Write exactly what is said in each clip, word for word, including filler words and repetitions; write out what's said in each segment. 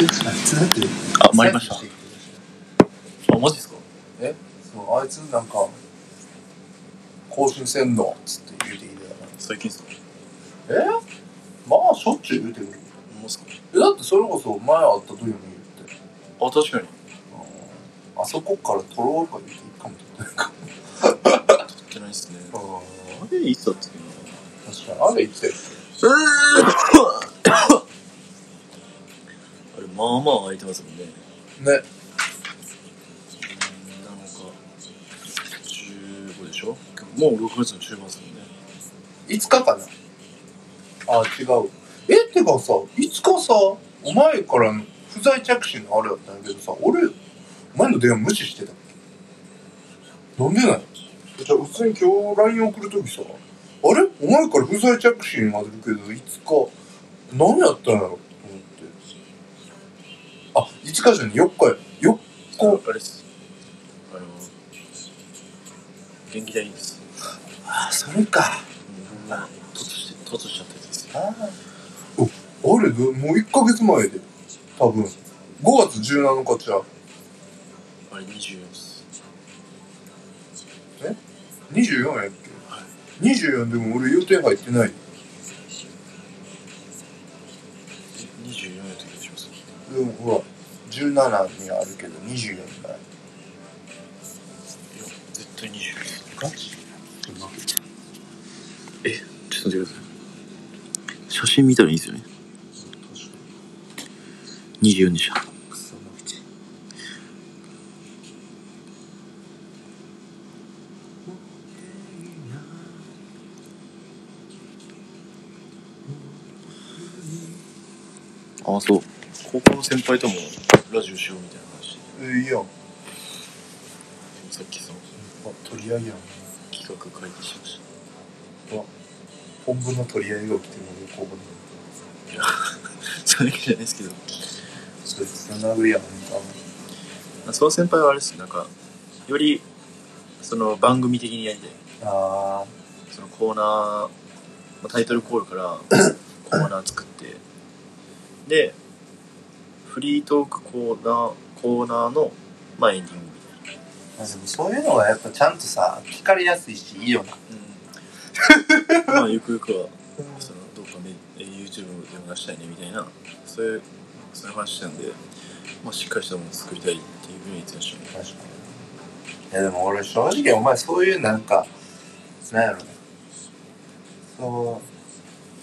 つだってあ、参りました。あ、マジですか？ え、そう、あいつなんか更新せんのっつって言うてきてたから。 最近っすか？ えまあしょっちゅう言うてくる。 ほんますか？ え、だってそれこそ前会った時に言って。 あ、確かに。 あ, あそこから撮ろうか言うていいかも撮ってないかも。撮ってないっすね。あれいつだったっけな。 確かに。あれいつやっけあれまあまあ空いてますもんね。 ね。 もうろくがつの中盤ですもんね。 いつかかなあ、違う。え、てかさ、いつかさ、お前から不在着信のあれだったんだけどさ、俺、お前の電話無視してたっけ？なんでない？じゃあ、普通に今日 ライン 送るときさ、あれお前から不在着信あるけど、いつか、何やったんやろと思って。あ、いつかじゃね、よっかや。よっか。 あれです。あの、元気代です。 ああ、それか。 うん、突して、突しちゃったやつです。 ああ。お、あれど、もういっかげつまえで。多分。ごがつじゅうなのかちゃう。 あれにじゅうよんです。 え ?にじゅうよん やっけ？はい。にじゅうよんでも俺予定入ってない。 え、にじゅうよんやった気がします。 でもほら、じゅうななにあるけどにじゅうよんない。いや、 絶対にじゅうよんです。 ガチ？ え、ちょっと待ってください。写真見たらいいですよね。にじゅうよんでした。クソマジ。ああ、そう。高校の先輩ともラジオしようみたいな話。 えー、いいやん。 さっきその、 あ、取り合いやん。 企画会議しました。 あ、本部の取り合いが起きてるので、ここに。いや、それだけじゃないですけど。 そいつの殴りやんか。 その先輩はあれです。なんか、より、その番組的にやりたい。 ああ。 そのコーナー、タイトルコールからコーナー作って、で、フリートークコーナー、コーナーの、まあエンディングみたいな。 あ、でもそういうのがやっぱちゃんとさ、聞かれやすいし、いいよな。 うん、まあゆくゆくは、そのどうかね、YouTube でも出したいねみたいな、そういう、そういう話なんで、まあしっかりしたものを作りたいっていうふうに言ってましたね。 確かに。いやでも俺正直お前そういうなんか、なんやろね。そう、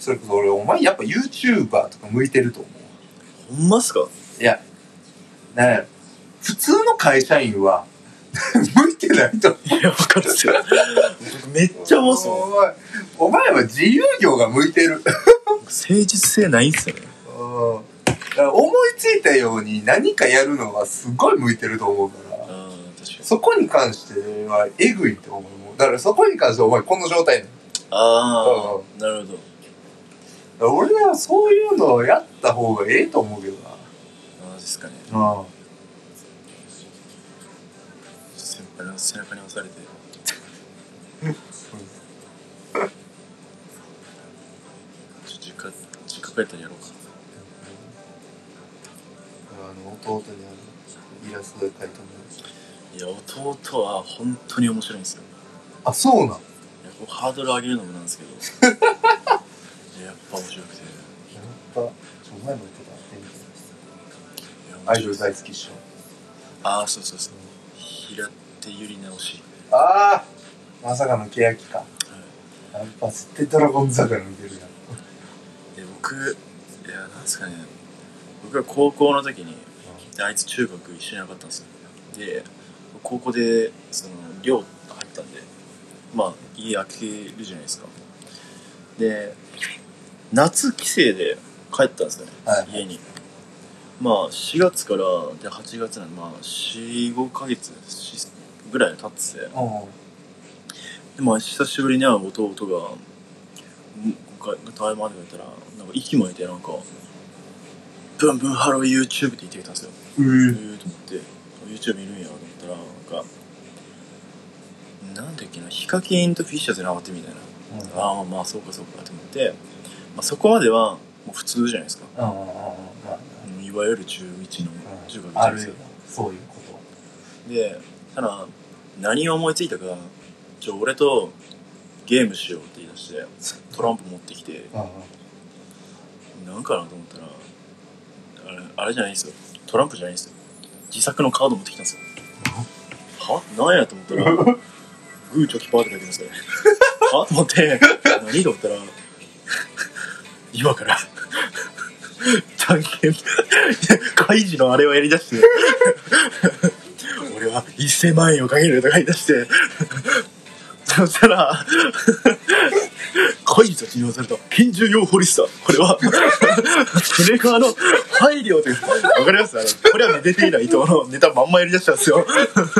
それこそ俺お前やっぱ YouTuber とか向いてると思う。ほんまっすか？ いや、なんやろ。普通の会社員は向いてないと思う。 いや、わかるっすよ。僕めっちゃ思うっすもん。 お前、お前は自由業が向いてる。 誠実性ないんすよね。 うん。だから思いついたように何かやるのがすごい向いてると思うから。 あ、確かに。 そこに関してはエグいって思う。だからそこに関してはお前この状態ね。 ああ、うん、なるほど。俺はそういうのをやった方がええと思うけどな。 マジっすかね。 ああ。 先輩の背中に押されて。ちょっと実家、実家帰ったらやろうか。 あの弟にあのイラストで描いたの。 いや、弟は本当に面白いんですよ。 あ、そうなん。いや、 こうハードル上げるのもなんですけど。やっぱ面白くて。 やっぱ、ちょ、お前も言ってた。アイドル大好きっしょ。 ああ、そうそうそう。平手ゆり直し。 ああ、まさかの欅か。はい、やっぱ絶対ドラゴン桜見てるやん。 で、僕、いや、なんですかね。僕が高校の時に、であいつ中学一緒になかったんですよ。で、高校で、その、寮入ったんで、まあ、家開けるじゃないですか。で、夏帰省で帰ったんですよね、はい、家に。まあ、しがつからではちがつなんで、まあ、よん、ごかげつぐらい経ってて、でも久しぶりに会う弟が、台湾で見たら、なんか息もいて、なんか、ブンブンハロー YouTube って言ってきたんですよ。えーと思って、YouTube 見るんやと思ったら、なんか、なんだっけな、ヒカキンとフィッシャーズに上がってみたいな。うん、ああ、まあそうかそうかと思って、まあ、そこまではもう普通じゃないですか。うん、いわわゆる中いちの中学いちあるよねん生そういうことで、ただ何を思いついたか、ちょ俺とゲームしようって言い出してトランプ持ってきて、なんかなと思ったら、あれあれじゃないんですよ、トランプじゃないんですよ、自作のカード持ってきたんですよ。はなんやと思ったらグーチョキパーって書いてるんですよね。はと思って何と思ったら、今からじゃんけん開示のあれをやりだして俺はせんまん円をかけるとか言い出してそしたら開示と治療された拳銃用ホリスター、これはそれ側の配慮というわかります？あのこれはめでていないとのネタまんまやりだしたんですよ。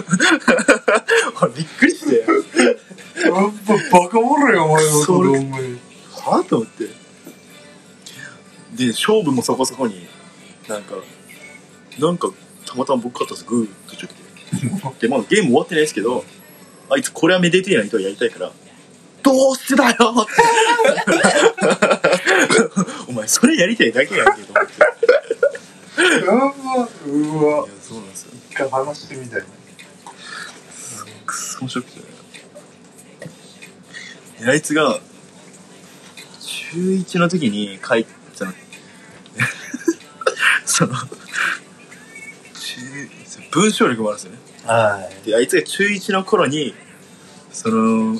びっくりしてやっぱバカおもろいよお前のそれほんまにはぁと思って、で勝負もそこそこになんかなんかたまたま僕勝ったんです、グーとチョキで。でまだゲーム終わってないですけど、あいつこれはめでていないとやりたいからどうしてだよってお前それやりたいだけやんけと思って。 やばうわいやそうなんですよ、 一回話してみたいな。 くっそ面白くて、あいつが中いちの時に書いたのその文章力もあるんですよね。 はいであいつが中いちの頃にその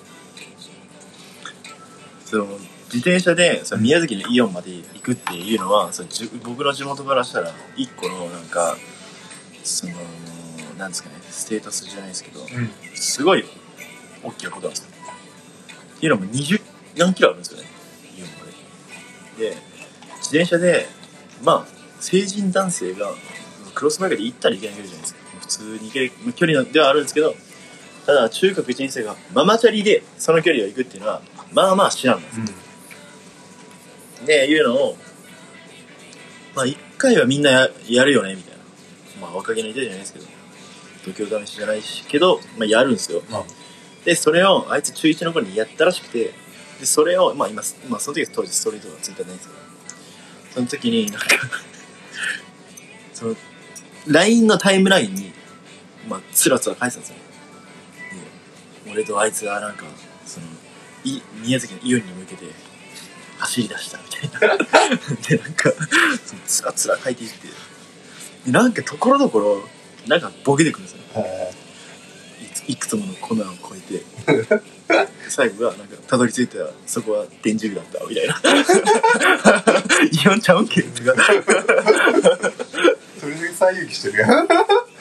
その自転車でその宮崎のイオンまで行くっていうのは、そのじ僕の地元からしたら一個のなんかそのなんですかね、ステータスじゃないですけど、 うん、 すごい大きなことなんですよ。っていうのもにじゅう何キロあるんですよね、イオンまで。で自転車でまあ成人男性がクロスバイクで行ったらいけない距離じゃないですか。普通に行ける距離ではあるんですけど、ただ中学いちねん生がママチャリでその距離を行くっていうのはまあまあ至難なんですよ、うん、でいうのをまあ一回はみんな や, やるよねみたいな、まあ若気の至りじゃないですけど度胸試しじゃないしけど、まあ、やるんですよ、うん、でそれをあいつ中いちの頃にやったらしくて、でそれをまあ今、まあ、その時当時ストーリーとかツイッターないんですけど、その時になんかその ライン のタイムラインにまあつらつら返したんですよね。俺とあいつがなんかそのい宮崎のイオンに向けて走り出したみたいなでなんかそのつらつら書いていってでなんかところどころなんかボケてくるんですよ、い, いくつもの困難を越えて最後がなんかたどり着いたらそこは電磁具だったみたいなイオンちゃうんけとかそれで最遊記してるやん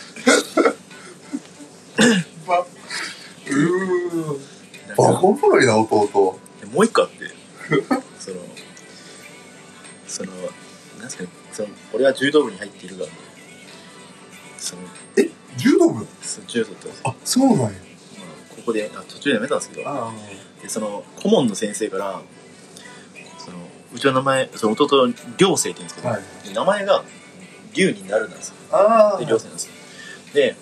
ばうーバカおもろいな弟。 もう一個あってそのそのなんすかね、その俺は柔道部に入っているからね、そのえ柔道部そう柔道ってあそうなんや、まあ、 ここであ途中でやめたんですけど、 あでその顧問の先生からそのうちの名前その弟涼星って言うんですけど、はい、名前が龍になるなんですよ。 あで涼星なんですよ。で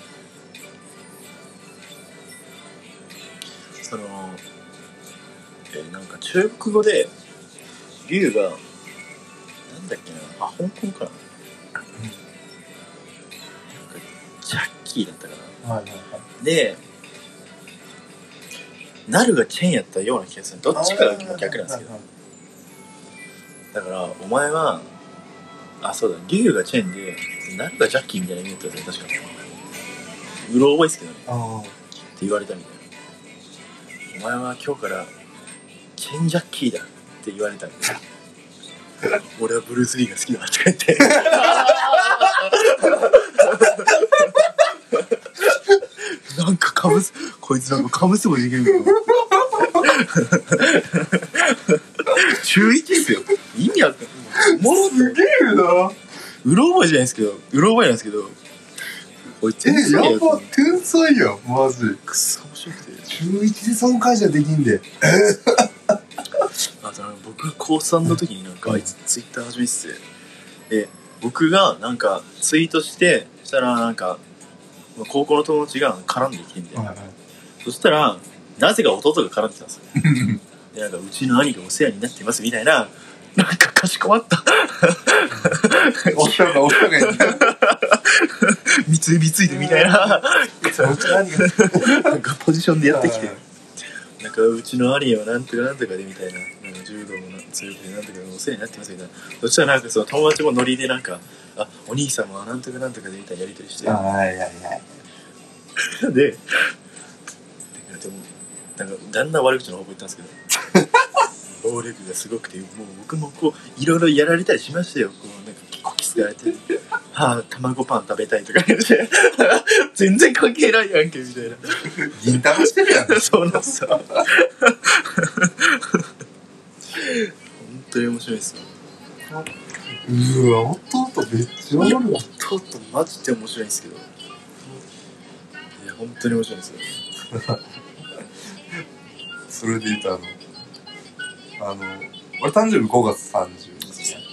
その、えー、なんか中国語で龍がなんだっけな、あ香港かな、なんかジャッキーだったかな、はいはいはい、でナルがチェンやったような気がする。どっちかが逆なんですけど、だからお前はあそうだ龍がチェンでナルがジャッキーみたいな意味だったら確かうろ覚えですけどねって言われたみたいな。お前は今日からチェンジャッキーだって言われたんで俺はブルース・リーが好きだって言ってなんかかぶすこいつなんかかぶすもできるの中いちですよ、意味わかんない。もろすげえな、 うろ覚えじゃないですけどうろ覚えなんですけど、こいつえやば天才やんマジくっそ面白くて、 中いちでその会社できんであとなんか僕が高さんの時になんかあいつツイッター始めてて、で僕がなんかツイートしてしたらなんか高校の友達が絡んできてみたいな、はいはい、そしたらなぜか弟が絡んできたんですよでなんかうちの兄がお世話になってますみたいな、なんかかしこまったお世ションがおったがいいんだよ。 三井三井でみたいななんかポジションでやってきて、なんかうちの兄はなんとかなんとかでみたいな、なんか柔道も強くてなんとかお世話になってますみたいな。そしたらなんかその友達もノリでなんか、あ、お兄さんもなんとかなんとかでみたいなやりとりして、 はいはいはいで、でもなんかだんだん悪口の方向行ったんですけど暴力がすごくて、もう僕もこういろいろやられたりしましたよ。こうなんかこき使われて、はあ、卵パン食べたいとか言って全然関係ないやんけみたいな。 銀玉してるやん。 そうなんですよ本当に面白いですよ。 うわ、弟めっちゃおるわ。 弟マジで面白いんですけど、いや本当に面白いですよそれで言うとあのあの俺誕生日ごがつさんじゅうにち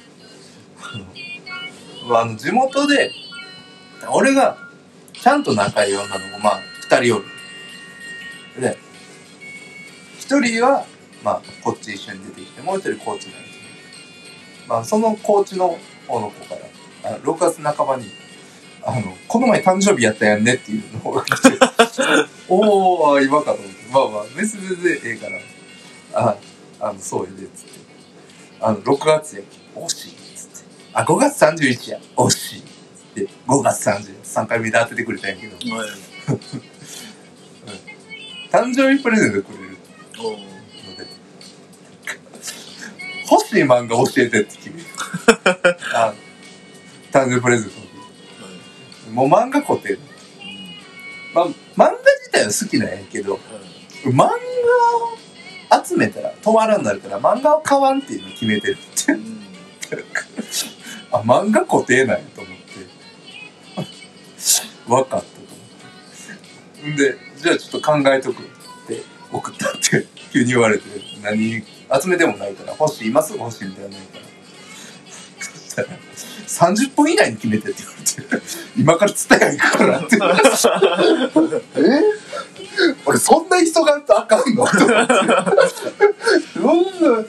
あの地元で俺がちゃんと仲いい女の子まあふたりおるで、ひとりはまあこっち一緒に出てきて、もう一人高知なんですね。まあその高知の方の子からあろくがつなかばにあのこの前誕生日やったやんねっていうのが来ておお今かと思って、まあまあ別に全然ええからああのそうやでっつって、あのろくがつや惜しいっつって、あごがつさんじゅういちや惜しいでごがつさんじゅうさんかいめで当ててくれたんやけど、はい、誕生日プレゼントくれるので欲しい漫画教えてって決めるあ誕生日プレゼント、はい、もう漫画固定、まあ、漫画自体は好きなんやけど、はい、漫画集めたら止まらんなるから漫画を買わんっていうのを決めてるってあ、漫画固定なんやと思って分かったと思ってで、じゃあちょっと考えとくって送ったって急に言われて、何集めてもないから欲しい、今すぐ欲しいみたいなないからそしたらさんじゅっぷん以内に決めてって言われて今から伝え行くからってえ俺そんな急がんとあかんのと思ってそんな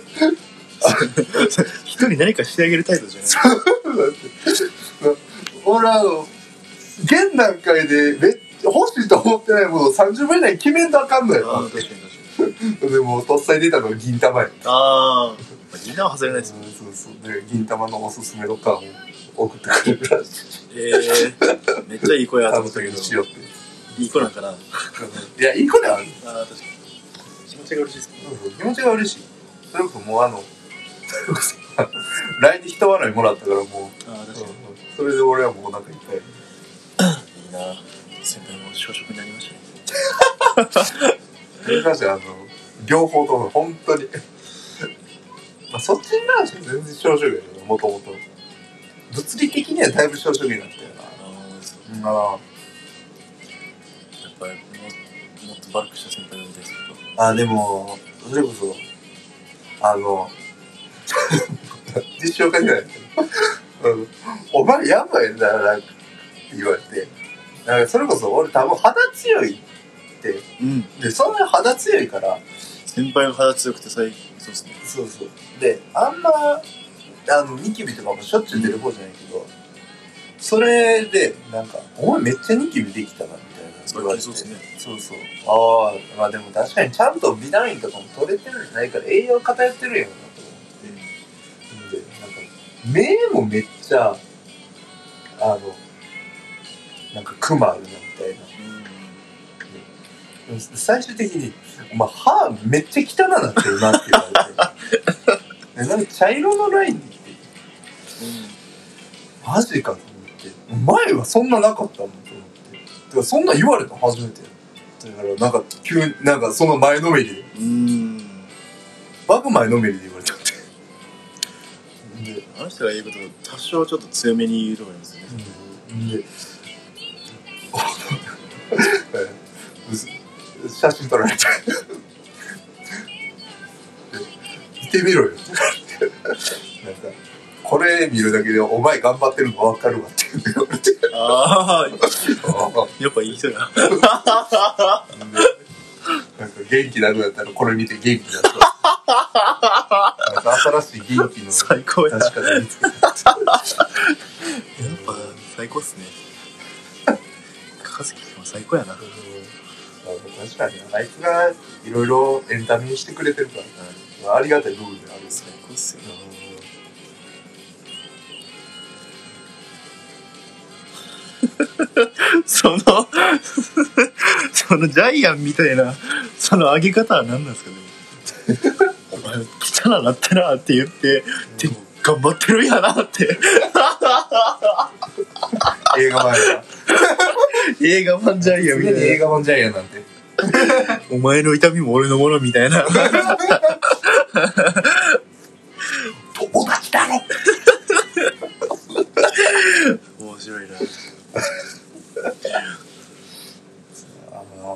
人に何かしてあげるタイプじゃない俺あの現段階でめ欲しいと思ってないものをさんじゅっぷん以内に決めんとあかんのよ。あ確かに確かにでもとっさに出たのが銀玉や。ああ銀玉は外れないですもん、 うん、そうそうで銀玉のおすすめの缶を送ってくれるらしい。 えー、めっちゃいい子やと思ったけどしよっていい子なんかな。 いやいい子ではある。 あ確かに気持ちが嬉しいですね。 そうそう気持ちが嬉しい。それこそもうあのラインで一笑いもらったからもうあ確かに、うん、それで俺はもうお腹いっぱい。いいな先輩も小食になりましたねそれに関してはあの両方とも本当にまあそっちに関しては全然小食やけどもともと物理的にはだいぶ小食になったよな。ああ、やっぱりももっとバルクした先輩が見たいですけど。あでもそれこそあの実証化じゃないけどお前やばいんだよなって言われて、なんかそれこそ俺多分肌強いって、うん、でそんな肌強いから先輩が肌強くて最そうですね。 そうそうであんまあのニキビとかもしょっちゅう出る方じゃないけど、うん、それでなんかお前めっちゃニキビできたなみたいな言われて、そうですね。そうそうああまあでも確かにちゃんとビタミンとかも取れてるんじゃないから栄養偏ってるやんなと思って、うん、でなんか目もめっちゃあのなんかクマあるなみたいな、うん、最終的にお前歯めっちゃ汚なってるなって言われてなんか茶色のラインに来て、うん、マジかと思って前はそんななかったもんと思って、だからそんな言われたの初めてだからなんか急になんかその前のめりでうんバグ前のめりで言われたってであの人が言うこと多少ちょっと強めに言うとこありますよね、うんで写真撮られて見てみろよなんかこれ見るだけでお前頑張ってるの分かるわって言われてああやっぱいい人やなんか元気なくなったらこれ見て元気になったなんか新しい元気の最高や。 確かに見つけたやっぱ最高っすね。和樹も最高やな。 確かにあいつがいろいろエンタメにしてくれてるから、うん、ありがたい部分である。 最高っすよ。そのそのジャイアンみたいなその上げ方は何なんですかね。お前汚なってなって言って、でも頑張ってるんやなって映画版や映画版ジャイアンみたいな。 映画版ジャイアンなんてお前の痛みも俺のものみたいな友達だろ面白いなあの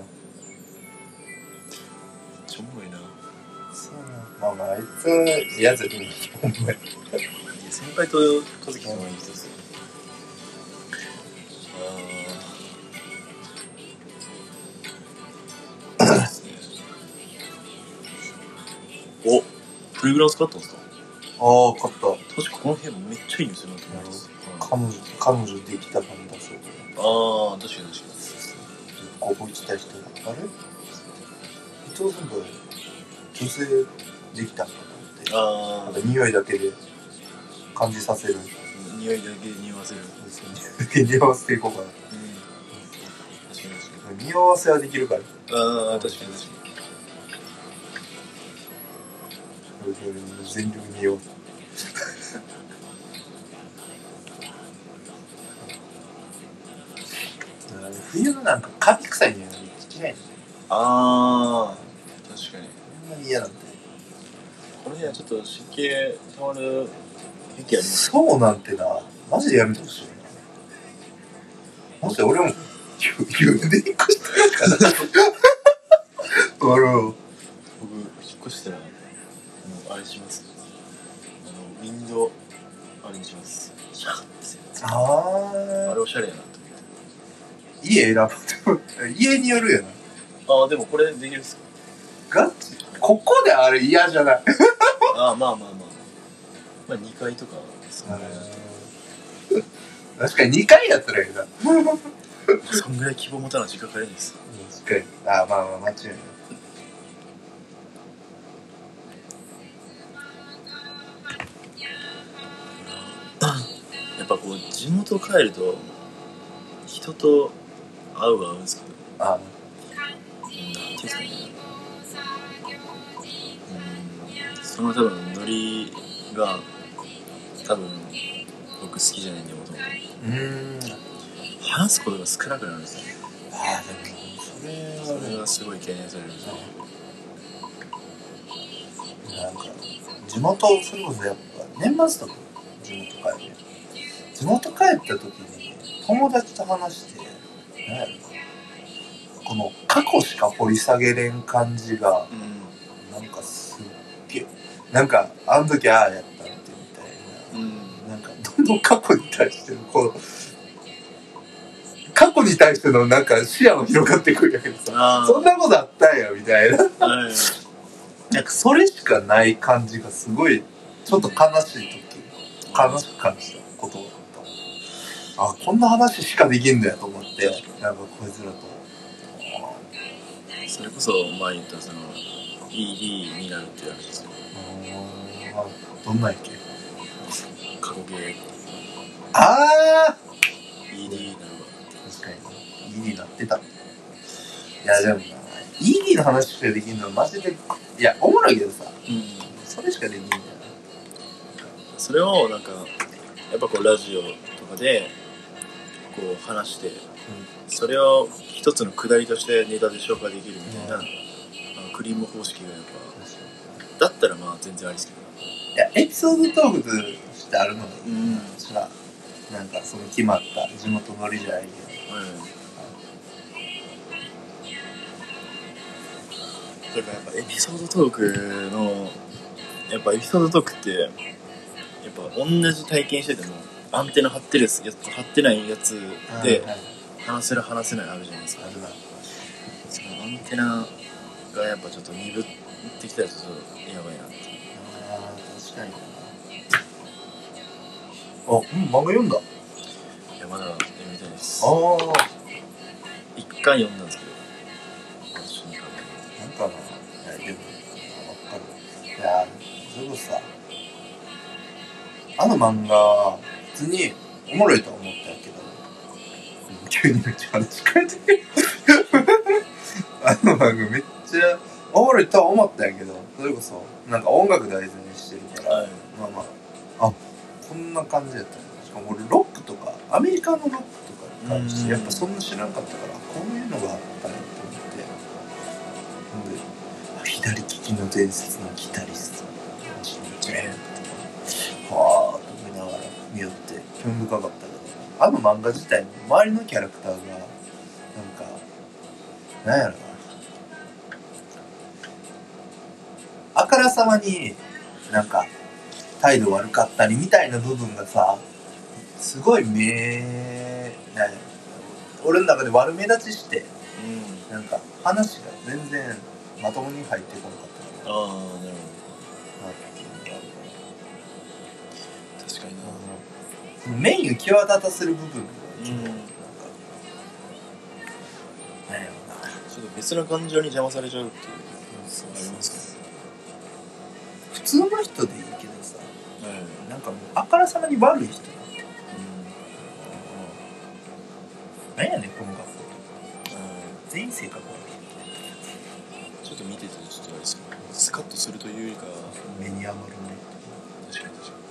ちょもろいな。 そうなまあまああいつやついいんほんまに先輩と和樹さんはいい人ですよ。ああおプリグランス買ったんですか。 ああ買った。 確かこの部屋めっちゃいいんですよね。 彼女彼女できた感だそうだ。 ああ確かに確かに。 ここ行きたい人があれ伊藤さんが女性できたんかなって。 ああ匂いだけで感じさせる。 匂いだけで匂わせる。 匂わせていこうかな。うん、確かに確かに。匂わせはできるから。 ああ確かに確かに。 全力に匂う。冬のなんかカビ臭い匂いがめっちゃ嫌いね。 ああ確かに。 こんなに嫌なんだよ。 この部屋ちょっと湿気たまる癖あります。 そうなんてな、マジでやめてほしいな。もし俺も言うで引っ越してるから俺も僕引っ越したらもうあれします。あのウィンドウあれにします。シャーってあああれおしゃれやなと思って。 家選ぶ家によるやな。 ああでもこれできるっすか。 ガチここであれ嫌じゃないああまあまあまあまあにかいとかそんぐらい確かににかいやったらいいなそんぐらい希望持たな時間かかるんです。 確かに。ああまあまあ間違いない。 やっぱこう地元帰ると人と会うは会うんですけど、 ああなんていうんですかね、うんその多分ノリが多分僕好きじゃないんでもともとうーん話すことが少なくなるんですよね。 ああでもそれはそれがすごい懸念されるんですよ。 なんか地元それこそやっぱ年末とか地元帰る地元帰った時に友達と話して何やろこの過去しか掘り下げれん感じがうんなんかすっげえなんかあの時ああやったってみたいな、 うんなんかどんどん過去に対してのこの過去に対してのなんか視野も広がってくるんやけどさ、そんなことあったんやみたいな、 はい、 なんかそれしかない感じがすごいちょっと悲しい時悲しく感じたことがあった。あこんな話しかできんだよと思ってなんかこいつらとそれこそ前言ったその イーディー になるっていう話ですよ。 どんなんやっけ過去形ああイーディー になるわ。 確かに イーディー になってた。いやでもな イーディー の話しかできんのマジでいやおもろいけどさ、うん、それしかできんだよな。 それをなんかやっぱこうラジオとかでこう話して、うん、それを一つのくだりとしてネタで消化できるみたいな、うん、あのクリーム方式がやっぱだったらまあ全然ありですけど、 いやエピソードトークとしてあるのがいい、うん、そらなんかその決まった地元ノリじゃないけど、うんだからやっぱエピソードトークのやっぱエピソードトークってやっぱ同じ体験しててもアンテナ張ってるやつ張ってないやつで話せる話せないあるじゃないですか。そのアンテナがやっぱちょっと鈍ってきたらちょっとやばいなっていう。 ああ確かにな。あ、うん、漫画読んだ。 いやまだ読みたいです。 ああ一回読んだんですけど私にかなんかな、いやでも分かる。いやそれこそさ、あの漫画普通におもろいとは思ったけど、急にめっちゃ話変えてあの漫画めっちゃおもろいとは思ったんやけど、それこそなんか音楽大事にしてるから、はい、まあまあ、あ、こんな感じやったね。しかも俺ロックとかアメリカのロックとかに関してやっぱそんな知らなかったから、こういうのがあったんやと思って、ほんで左利きの伝説のギタリストはぁと思いながら見よって興味深かったけど、あの漫画自体の周りのキャラクターがなんかなんやろな、あからさまになんか態度悪かったりみたいな部分がさ、すごい目なんや俺の中で悪目立ちして、うん、なんか話が全然まともに入ってこなかったから。ああ、なるほど。 確かにな。 メインを際立たせる部分がちょっと、うん、なんかなんやろな、 ちょっと別の感情に邪魔されちゃうっていうのありますかね。 普通の人でいいけどさ、うん、なんかもうあからさまに悪い人なんて、うん、なんやねんこの学校、うん、全員性格悪い。ちょっと見ててちょっとあれですけど、スカッとするというよりか目に余るね。 確かに確かに。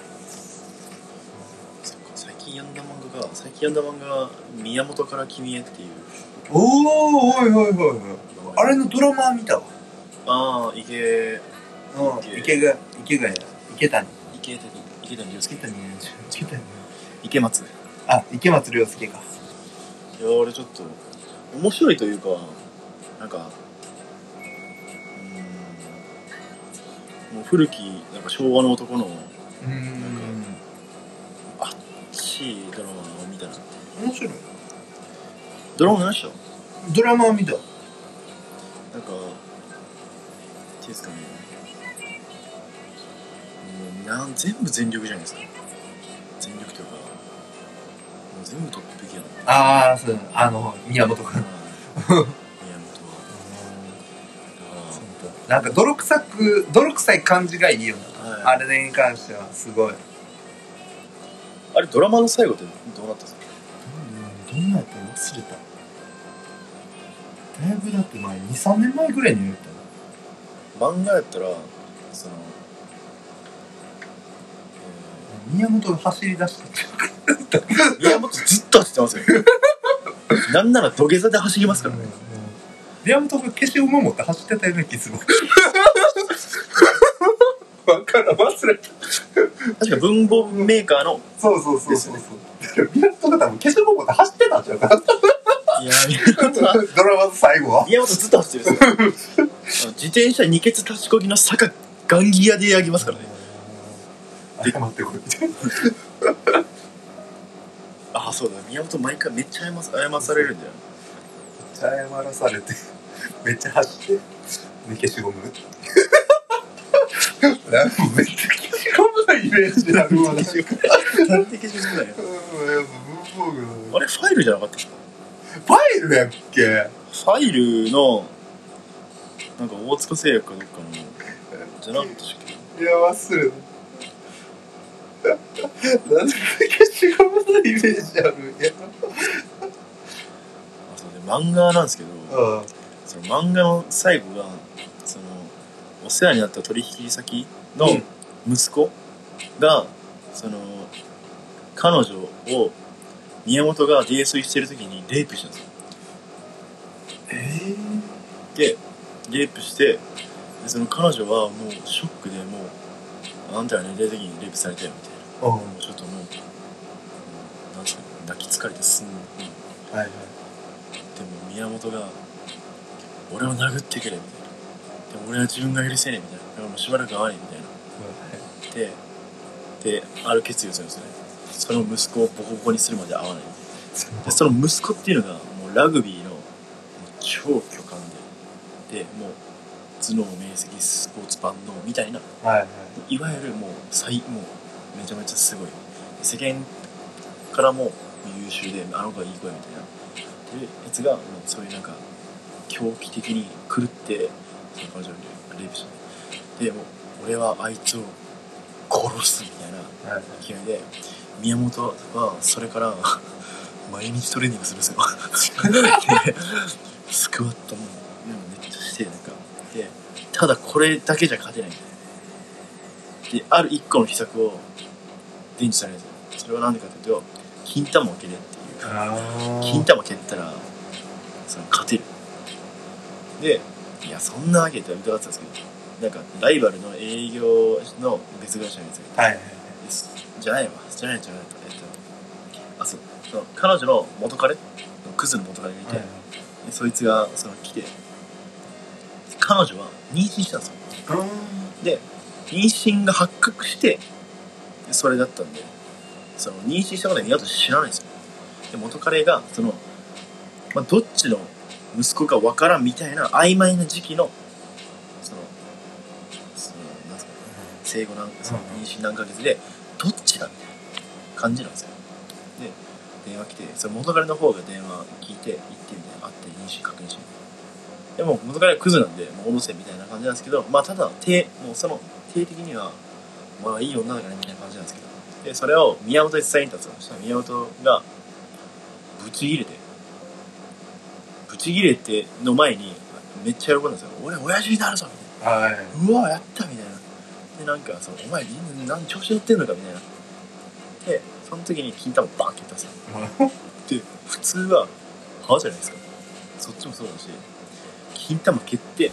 最近読んだ漫画が最近読んだ漫画が宮本から君へっていう。 おお、おいおいおいおい、あれのドラマ見たわ。 ああ、池池池が池が池谷池谷池谷亮介池谷池谷池松、 あ、池松亮介か。 いや俺ちょっと面白いというか、なんかうん、もう古きなんか昭和の男のうんなんかあっちいドラマを見たな。 面白い。 ドラマ見ました？ ドラマを見た。 なんかいいですかね、もうなん全部全力じゃないですか。全力というかもう全部トップ的やな。 ああ、そう、あの宮本君。 宮本はなんか泥臭く泥臭い感じがいいよな、はい、あれに関してはすごい。 あれドラマの最後ってどうなったんですか？ どんなやったの忘れた。だいぶだって前にさんねんまえぐらいに言ったの。漫画やったらその、 えー、宮本が走り出した宮本ずっと走ってますよなんなら土下座で走りますからね、うんうん、 宮本が消しゴム持って走ってたような気するわからん、忘れた確か文房具メーカーのそうそうそうそうそう、宮本が多分消しゴム持って走ってたんちゃうかないや宮本はドラマの最後は宮本ずっと走ってるんですよ自転車二ケツ立ちこぎの坂ガンギアで上げますからね。 謝ってこいああそうだ、宮本毎回めっちゃ謝されるんだよ。 めっちゃ謝らされてめっちゃ走ってで消しゴムなんかめっちゃ消しゴムのイメージあるわ。なんで消しゴムだよ。 あれファイルじゃなかったですか？ ファイルやっけ？ ファイルのなんか大塚製薬かどっかのじゃなかったっけ？ いや忘れたなんで消しゴムのイメージあるんやあ、そうで漫画なんですけど、うん、その漫画の最後がそのお世話になった取引先の息子が、うん、その彼女を宮本が泥酔してる時にレイプしたんですよ。 えー、でレイプしてでその彼女はもうショックでもうあんたは寝てる時にレイプされたよみたいな、うん、もうちょっともうなんていうの泣き疲れてすんの、うん、はいはい。でも宮本が俺を殴ってくれみたいな、でも俺は自分が許せねえみたいな、でももうしばらく会わねえみたいな、うん、でである決意をするんですよね。その息子をボコボコにするまで会わないで、その息子っていうのがもうラグビーの超巨漢ででもう頭脳明晰スポーツ万能みたいな、 はいはい、 いわゆるもう最もうめちゃめちゃすごい世間からも優秀であの子がいい子やみたいなっていうやつがもうそういうなんか狂気的に狂ってその彼女にレイプしてでもう俺はあいつを殺すみたいな勢いで、はい、宮本はそれから毎日トレーニングするんですよでスクワットもめっちゃしてなんかでただこれだけじゃ勝てないである一個の秘策を伝授されるんですよ。それは何でかというと金玉を蹴れっていう金玉蹴ったらその勝てるでいやそんなわけって疑ってたんですけどなんかライバルの営業の別会社のやつが、はいはいはい、じゃないわじゃないじゃないとえっとあそうその彼女の元彼クズの元彼がいて、はいはい、でそいつがその来て彼女は妊娠したんですよ。で妊娠が発覚してそれだったんでその妊娠したことは宮本知らないんですよ。で元彼がその、まあ、どっちの息子かわからんみたいな曖昧な時期のそのそのなんすか、生後何その妊娠何ヶ月でどっちだみたいな感じなんですよ。で電話来てその元彼の方が電話聞いて行ってみたいな会って妊娠確認してでも元彼はクズなんでもうおろせみたいな感じなんですけどまあただ手もうその手的にはまあいい女だからねみたいな感じなんですけどでそれを宮本に伝えに行ったんですよ。そしたら宮本がブチギレてブチギレての前にめっちゃ喜んだんですよ。俺親父になるぞみたいな、はい、うわやったみたいなでなんかそのお前何調子乗ってんのかみたいなでその時に金玉バーン蹴ったんですよで普通は歯じゃないですかそっちもそうだし金玉蹴って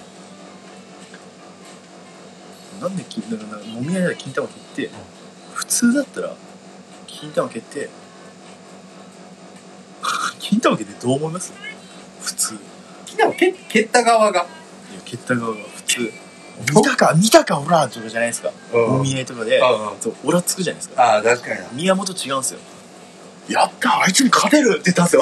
なんで金なんかもみ合いながら金玉蹴って、うん、普通だったら金玉蹴って金玉蹴ってどう思います？普通金玉蹴蹴った側がいや蹴った側が普通見たか見たかオラーとかじゃないですか。もみ合いとかでそうオラつくじゃないですか。 ああ確かに宮本違うんですよ。やったあいつに勝てるって言ったんですよ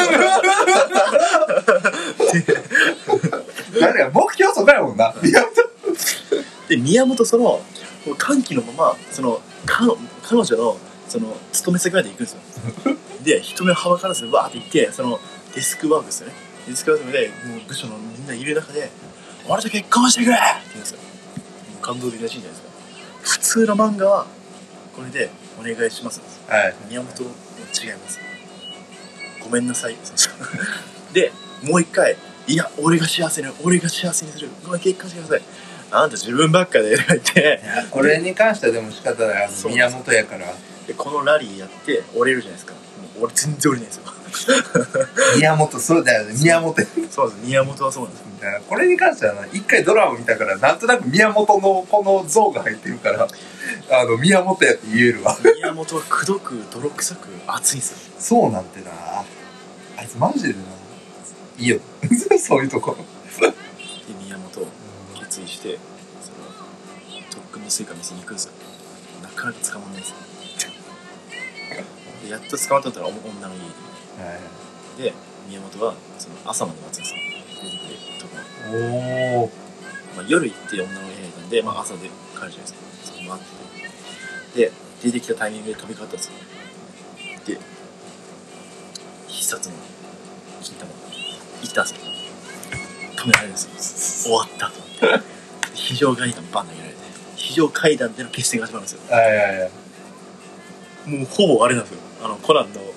誰や目標そこやもんな宮本で宮本その歓喜のままその彼女のその勤め先まで行くんですよで人目をはばからずわーって行ってそのデスクワークですよねデスクワークでもう部署のみんないる中で俺と結婚してくれって言うんですよ。もう感動的らしいじゃないですか。普通の漫画はこれでお願いします、はい、宮本違いますごめんなさいでもう一回いや俺が幸せに俺が幸せにするごめん結婚してくださいあんた自分ばっかで選いてこれに関してはでも仕方ない宮本やからでこのラリーやって折れるじゃないですか。もう俺全然折れないですよ宮本そうだよね宮本そうです宮本はそうなんですだからこれに関しては一回ドラマ見たからなんとなく宮本のこの像が入ってるからあの宮本やって言えるわ宮本はくどく泥臭く熱いんですよ。 そうなんてなあいつマジでないいよそういうところで宮本決意してその特訓の成果見せに行くんですよ。なかなか捕まんないですよでやっと捕まったったら女の家に、はい、で宮本はその朝まで待つんですよ出てくるところお、まあ、夜行って女の家にいたんで、まあ、朝で帰るじゃないですか。そこ待ってで出てきたタイミングで飛びかかったんですよ。で必殺の金玉行ったんですよ。止められるんですよ。終わったと思って非常階段バン投げられて非常階段での決戦が始まるんですよ。はいはいはい。もうほぼあれなんですよ。あのコナンの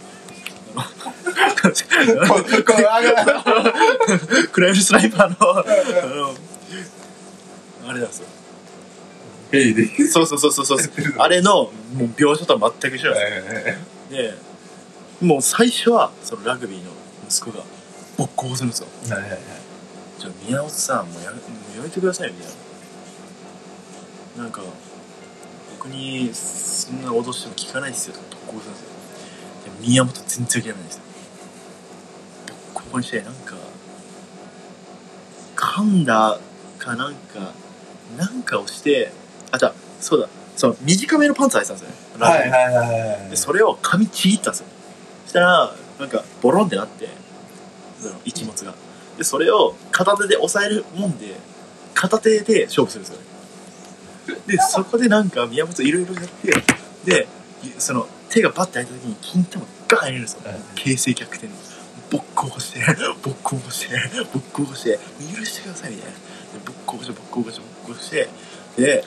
クライムスナイパーのあのあれなんですよ。 ヘイでそうそうそうそうそうあれのもう描写とは全く一緒なんですよ。でもう最初はそのラグビーの息子がボッコボコするんですよ。はいはいはい。じゃあ宮本さんもう や, もうやめてくださいみたいな。なんか僕にそんな脅しても聞かないですよとボッコボコするんですよ。で宮本全然諦めないですよ。ボッコボコにしてなんか噛んだかなんかなんかをしてあじゃあそうだその短めのパンツ履いてたんですよね。はいはいはいはい。でそれを髪ちぎったんですよ。そしたらなんかボロンってなってその一物がでそれを片手で押さえるもんで片手で勝負するんですよね。でそこでなんか宮本いろいろやってでその手がバッて開いた時に金玉ガーン入れるんですよ、はい、形勢逆転ボッコボコしてボッコボコしてボッコボコして許してくださいみたいなボッコボコしてボッコボコしてボッコボコしてで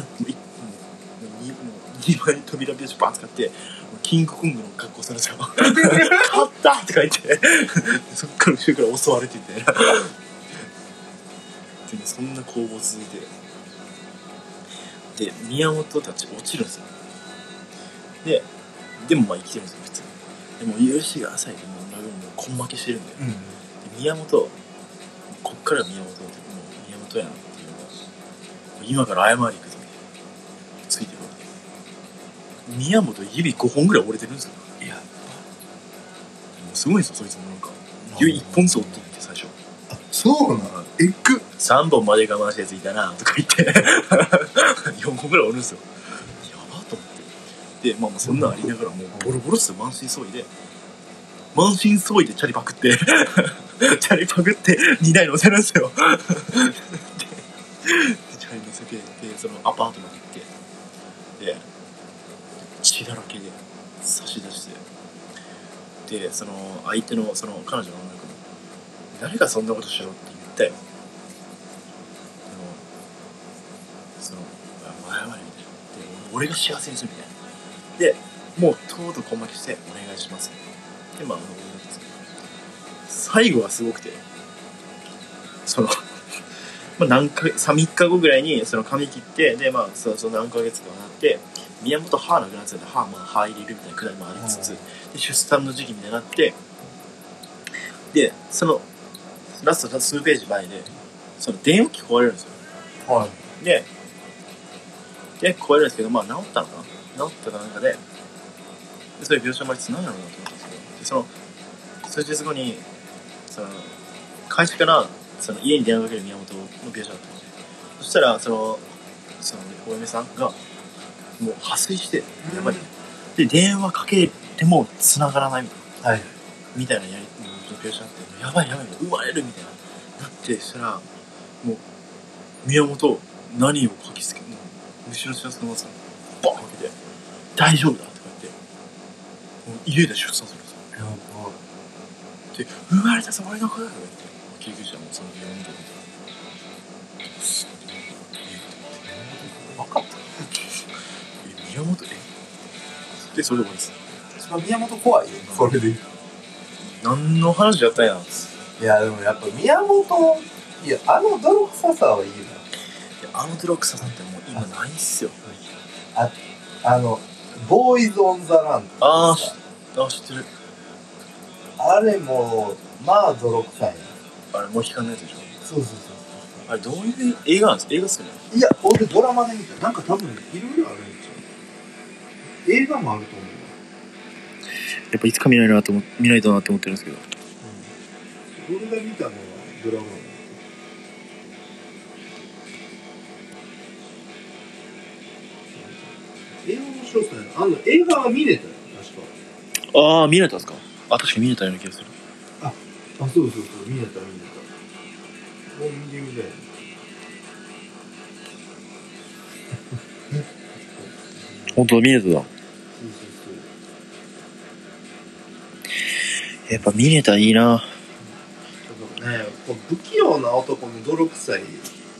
にばいに扉ビーチバーン使ってキングコングの格好するんですよ勝ったーって書いてそっから後ろから襲われてみたいなでそんな攻防続いてで宮本たち落ちるんですよででもまあ生きてるんですよ普通にでも許してくださいってもうもう根負けしてるんで、うん、で宮本こっから宮本ってもう宮本やなっていうのが今から謝り行くぞついてるわけ宮本指ごほんぐらい折れてるんですよいやすごいんですよそいつもなんか指いっぽんずつ折っていって最初あそうなのえっくさんぼんまで我慢したやついたなとか言ってよんほんぐらい折るんですよやばと思ってでまあまあそんなんありながらもうボロボロっすよ満身創痍で満身創痍でチャリパクってチャリパクってにだい乗せるんですよでチャリ乗せてでそのアパートまで行ってで血だらけで差し出してでその相手のその彼女の女の子に誰がそんなことしろって言ったよでもその謝れみたいなで俺が幸せにするみたいなでもうとうとう根負けしてお願いしますでまあ最後はすごくてそのまあ何かさんみっかごぐらいにその髪切ってでまあその何ヶ月かなって宮本歯なくなってたんで歯まあ歯入れるみたいなくらいもありつつで出産の時期みたいになってでそのラスト数ページ前でその電話機壊れるんですよ、はい、でで壊れるんですけどまあ治ったのかな治ったかなんかででそれ描写までつながるのかなと思ったんですけどでその数日後にその会社からその家に電話かける宮本の描写だったんでそしたらそのそのお嫁さんがもう破水してやばい、うん、で電話かけても繋がらないみたいな、はい、みたいなやり描写あってやばいやばい生まれるみたいななってしたらもう宮本何を書きつけるの後ろ知らせのままバーン開けて大丈夫だとか言ってもう家で出産するんですよやばで生まれたぞ俺の子だとか言って救急車もその病院で分かったえ宮本えでそれで終わりですそれ宮本怖いよそれで何の話だったんやいやでもやっぱ宮本いやあの泥臭さはいいなあの泥臭さってもう今ないっすよああのボーイズ・オン・ザ・ランああ知ってるあれもまあ泥臭いなあれもう引かないやつでしょそうそうそうあれどういう映画なんですか映画っすかねいや俺ドラマで見たなんか多分いろいろあるんちゃう映画もあると思うやっぱいつか見ないなと思見ないとなって思ってるんですけど、 うん、俺が見たのはドラマ映画面白そうやなあの映画は見れたよ確かああ見れたんですかあ確かに見れたような気がするああそうそうそう見れた見れたもう見てみたい本当見れただそうそうそうやっぱ見れたらいいなね不器用な男の泥臭いね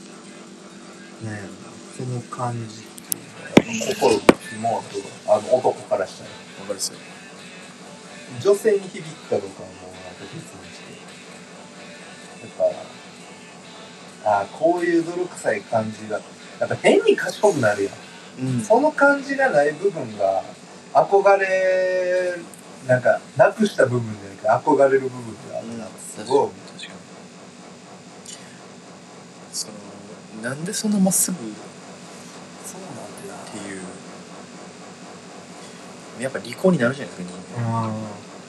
その感じっていうのは心の紐とあの男からしたら分かるっすよ女性に響くかどうかはもうなんか別にしてだからあこういう泥臭い感じがやっぱ変に賢くなるやん、うん、その感じがない部分が憧れなんかなくした部分で憧れる部分があるな、うん、すごい確かにそのなんでそんなまっすぐそうなんだなっていうやっぱ利口になるじゃないですか人間、うん、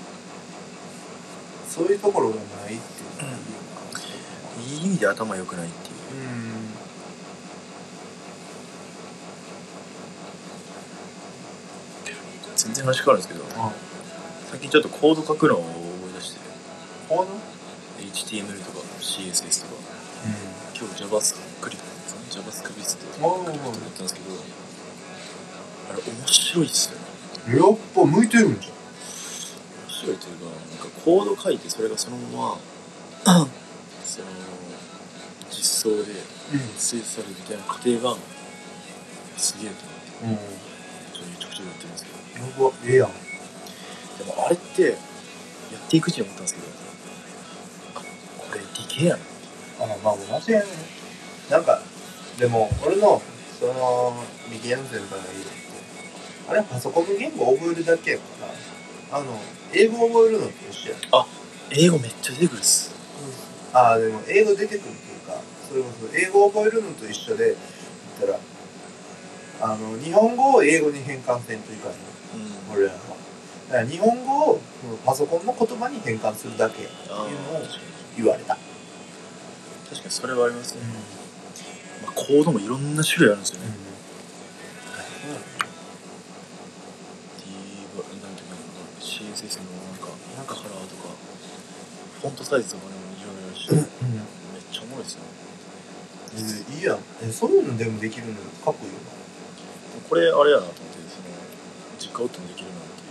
そういうところがないっていう、 うん、いい意味で頭良くないっていう、うん、全然話変わるんですけど、うん、最近ちょっとコード書くのを思い出してコードエイチティーエムエル とかシーエスエス とか今日 JavaScript JavaScript うん。 ってやったんですけど、あれ面白いっすよね。 やっぱ向いてるんじゃん。 面白いというか、なんかコード書いてそれがそのままその実装で生成されるみたいな過程がすげえと思って、うん、めちゃくちゃやってるんですけど、 やば、ええやん。 でもあれってやっていくうちに思ったんですけど、あ、これ理系やな。 あ、まあ間違いない。なんかでも俺のその理系の先輩がいるって、あれパソコンの言語覚えるだけやから、あの英語覚えるのと一緒やん。 あ、英語めっちゃ出てくるっす。 うん、あ、でも英語出てくるっていうか、それこそ英語を覚えるのと一緒で言ったら、あの日本語を英語に変換せんといかんの、うん、俺らは。だから日本語をパソコンの言葉に変換するだけっていうのを言われた。 確かにそれはありますね。うん、まあ、コードもいろんな種類あるんですよね。うん、シーエスエス のなんかなんかカラーとかフォントサイズとかでもいろいろあるし、うん、めっちゃおもろいですよね。 えー、いいやん。え、そういうのでもできるのかっこいいよな。 これあれやなと思って、その実家おってもできるなっていう。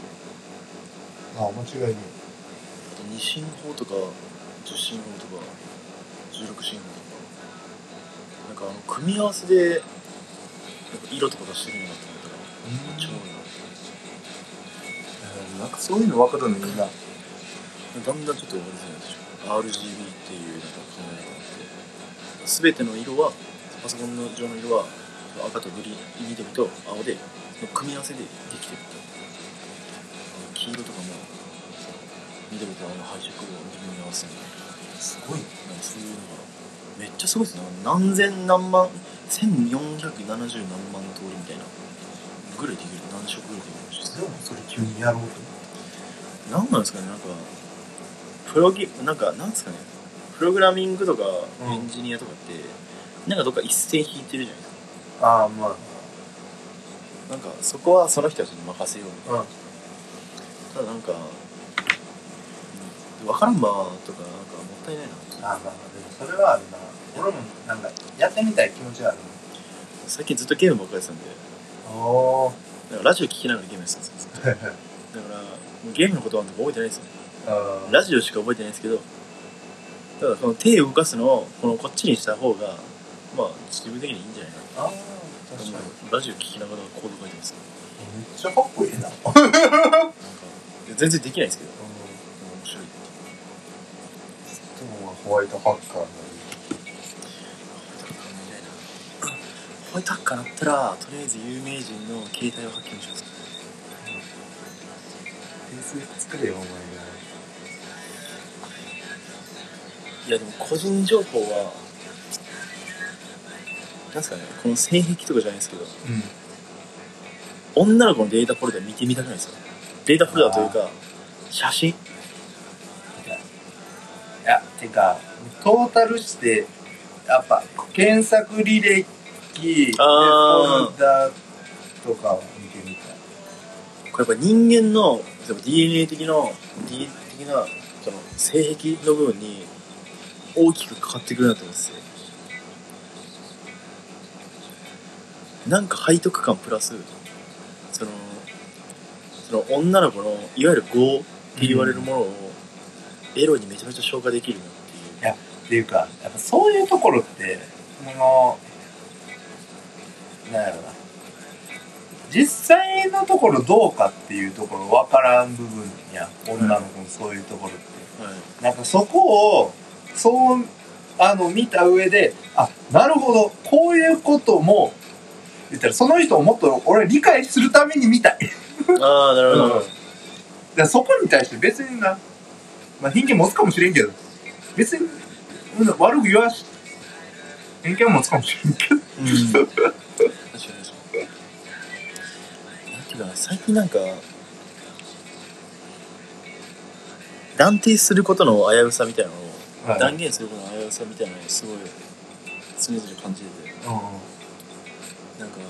ああ、間違いない。 あと二進法とか十進法とか十六進法とか、なんかあの組み合わせでなんか色とか出してるのかと思ったらめっちゃおもろいな。 なんかそういうの分かるのいいな。 だんだんちょっと分かりづらいでしょ。 アールジービー っていうなんか考え方があって、全ての色はパソコンの上の色は赤とグリーン、緑と青でその組み合わせでできてると。黄色とかも緑と青の配色を自分に合わせる。 すごい。 なんかそういうのがめっちゃすごいですね。何千何万せんよんひゃくななじゅう何万通りみたいなぐらいできる。何色ぐらいできるし、 でもそれ急にやろうと。 なんなんですかね。なんかプロギなんかなんですかね。プログラミングとかエンジニアとかって、うん、なんかどっか一線引いてるじゃないですか。 ああ、まあ。 なんかそこはその人たちに任せようみたいな。うん、ただなんか分からんばとかなんかもったいないな。 ああ、まあでもそれはあるな。俺もなんかやってみたい気持ちはある。 最近ずっとゲームばっかりやってたんで。 おー。 だからラジオ聞きながらゲームやってたんですよ。だからゲームのことは覚えてないですよね。ラジオしか覚えてないですけど、ただこの手を動かすのをこのこっちにした方がまあ自分的にいいんじゃないかな。ああ、確かに。ラジオ聞きながらコード書いてます。 めっちゃかっこいいな。 なんか全然できないですけど、うん、面白いって。 でもホワイトハッカーのホワイトハッカーになったらとりあえず有名人の携帯をハッキングします。 点数作れよお前が。 いやでも個人情報はなんすかね、この性癖とかじゃないですけど、うん、女の子のデータフォルダ見てみたくないですか。データフォルダというか写真。いや、てかトータルしてやっぱ検索履歴でフォルダとかを見てみたい。 これやっぱ人間の ディーエヌエー 的な ディーエヌエー 的なその性癖の部分に大きくかかってくるなと思うんですよ。なんか背徳感プラスそのその女の子のいわゆる業って言われるものをエロにめちゃめちゃ消化できるなっていう。 いやっていうかやっぱそういうところってそのなんやろな、実際のところどうかっていうところ分からん部分や女の子のそういうところって、はい、なんかそこをそうあの見た上で、あ、なるほどこういうことも言ったらその人をもっと俺理解するために見たい。 ああ、なるほど、うん、だからそこに対して別にな、まあ、偏見持つかもしれんけど別に悪く言わし偏見持つかもしれんけど、うん、確かに確かに。 なんていうか最近なんか断定することの危うさみたいなのを、はい、断言することの危うさみたいなのをすごい常々感じてて、うん、なんか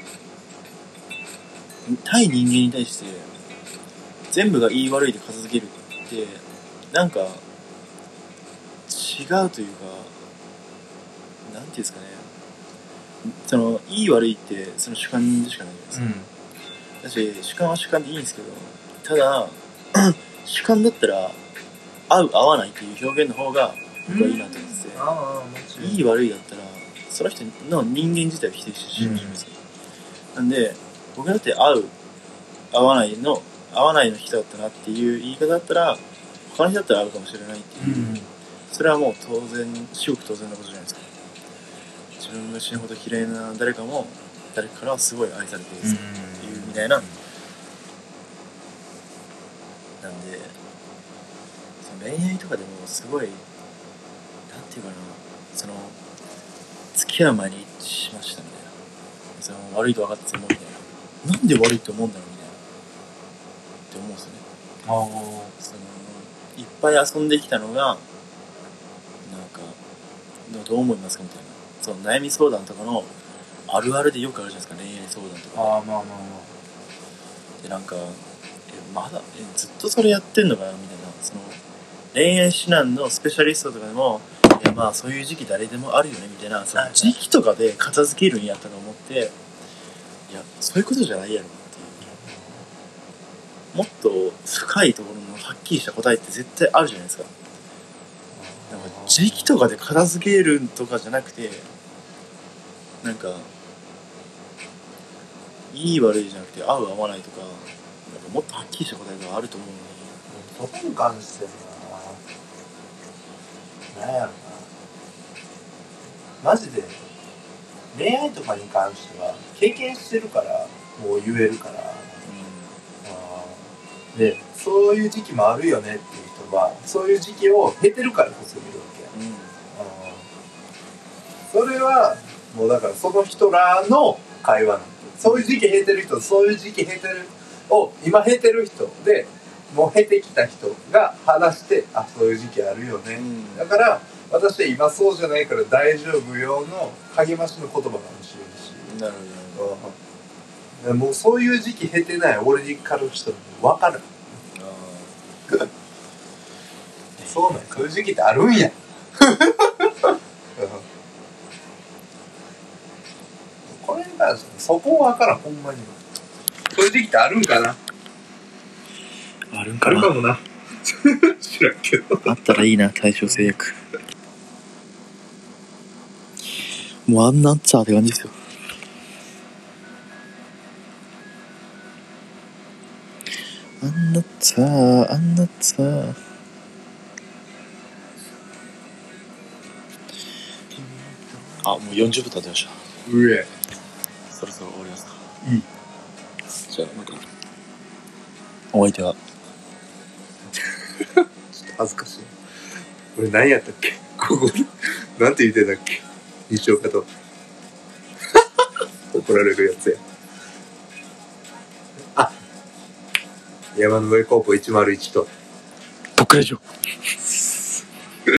対人間に対して全部が言い悪いで片付けるってなんか違うというか、なんていうんですかね、そのいい悪いってその主観でしかないじゃないですか、うん、だし主観は主観でいいんですけど、ただ主観だったら合う合わないっていう表現の方が僕はいいなと思ってて、うん、あいい悪いだったらその人の人間自体を否定してしまうんですよ、うん、なんで僕だって合う合わないの合わないの人だったなっていう言い方だったら他の人だったら合うかもしれないっていう、うん、それはもう当然至極当然のことじゃないですか。自分が死ぬほど嫌いな誰かも誰かからはすごい愛されてるっていうみたいな、うん、なんでその恋愛とかでもすごいなんていうかな、その付き合う前に一致しましたみたいな、その悪いと分かっててもみたいな、なんで悪いと思うんだろうみたいなって思うんですよね。あそのいっぱい遊んできたのがなんかどう思いますかみたいな、その悩み相談とかのあるあるでよくあるじゃないですか、恋愛相談とかで。あまあまあまあでなんかえまだえずっとそれやってんのかなみたいな、その恋愛指南のスペシャリストとかでもいやまあそういう時期誰でもあるよねみたいな、その時期とかで片付けるんやったと思って、いやそういうことじゃないやろっていう、もっと深いところのはっきりした答えって絶対あるじゃないですか。なんか時期とかで片付けるとかじゃなくて、なんかいい悪いじゃなくて合う合わないとか、なんかもっとはっきりした答えがあると思うのに、 そこに関してな、なんやろな、マジで恋愛とかに関しては経験してるからもう言えるから、うん、あでそういう時期もあるよねっていう人はそういう時期を経てるからこそ言えるわけや、うん、あそれはもうだからその人らの会話なんで、そういう時期経てる人、そういう時期経てるを今経てる人でもう経てきた人が話して、あそういう時期あるよね、うん、だから私は今そうじゃないから大丈夫よの励ましの言葉かもしれないし、なるほど、もうそういう時期経てない俺にからしたら分かる。あそうなん、そういう時期ってあるんやこれに関してそこは分からん、ほんまにそういう時期ってあるんかな、 あるんかな、 あるかもな知らんけどあったらいいな、対象制約もうあんなっちゃーって感じですよ。あんなっちゃー、あんなっちゃー。あ、もうよんじゅっぷん経ってました。 うえ。 そろそろ終わりますか。 いい。 じゃあまた。お相手は。 ちょっと恥ずかしい。これ何やったっけ？ここなんて言ってたっけ？西岡と怒られるやつや。あ、山の上高校いちまるいちと。 僕ラジオ。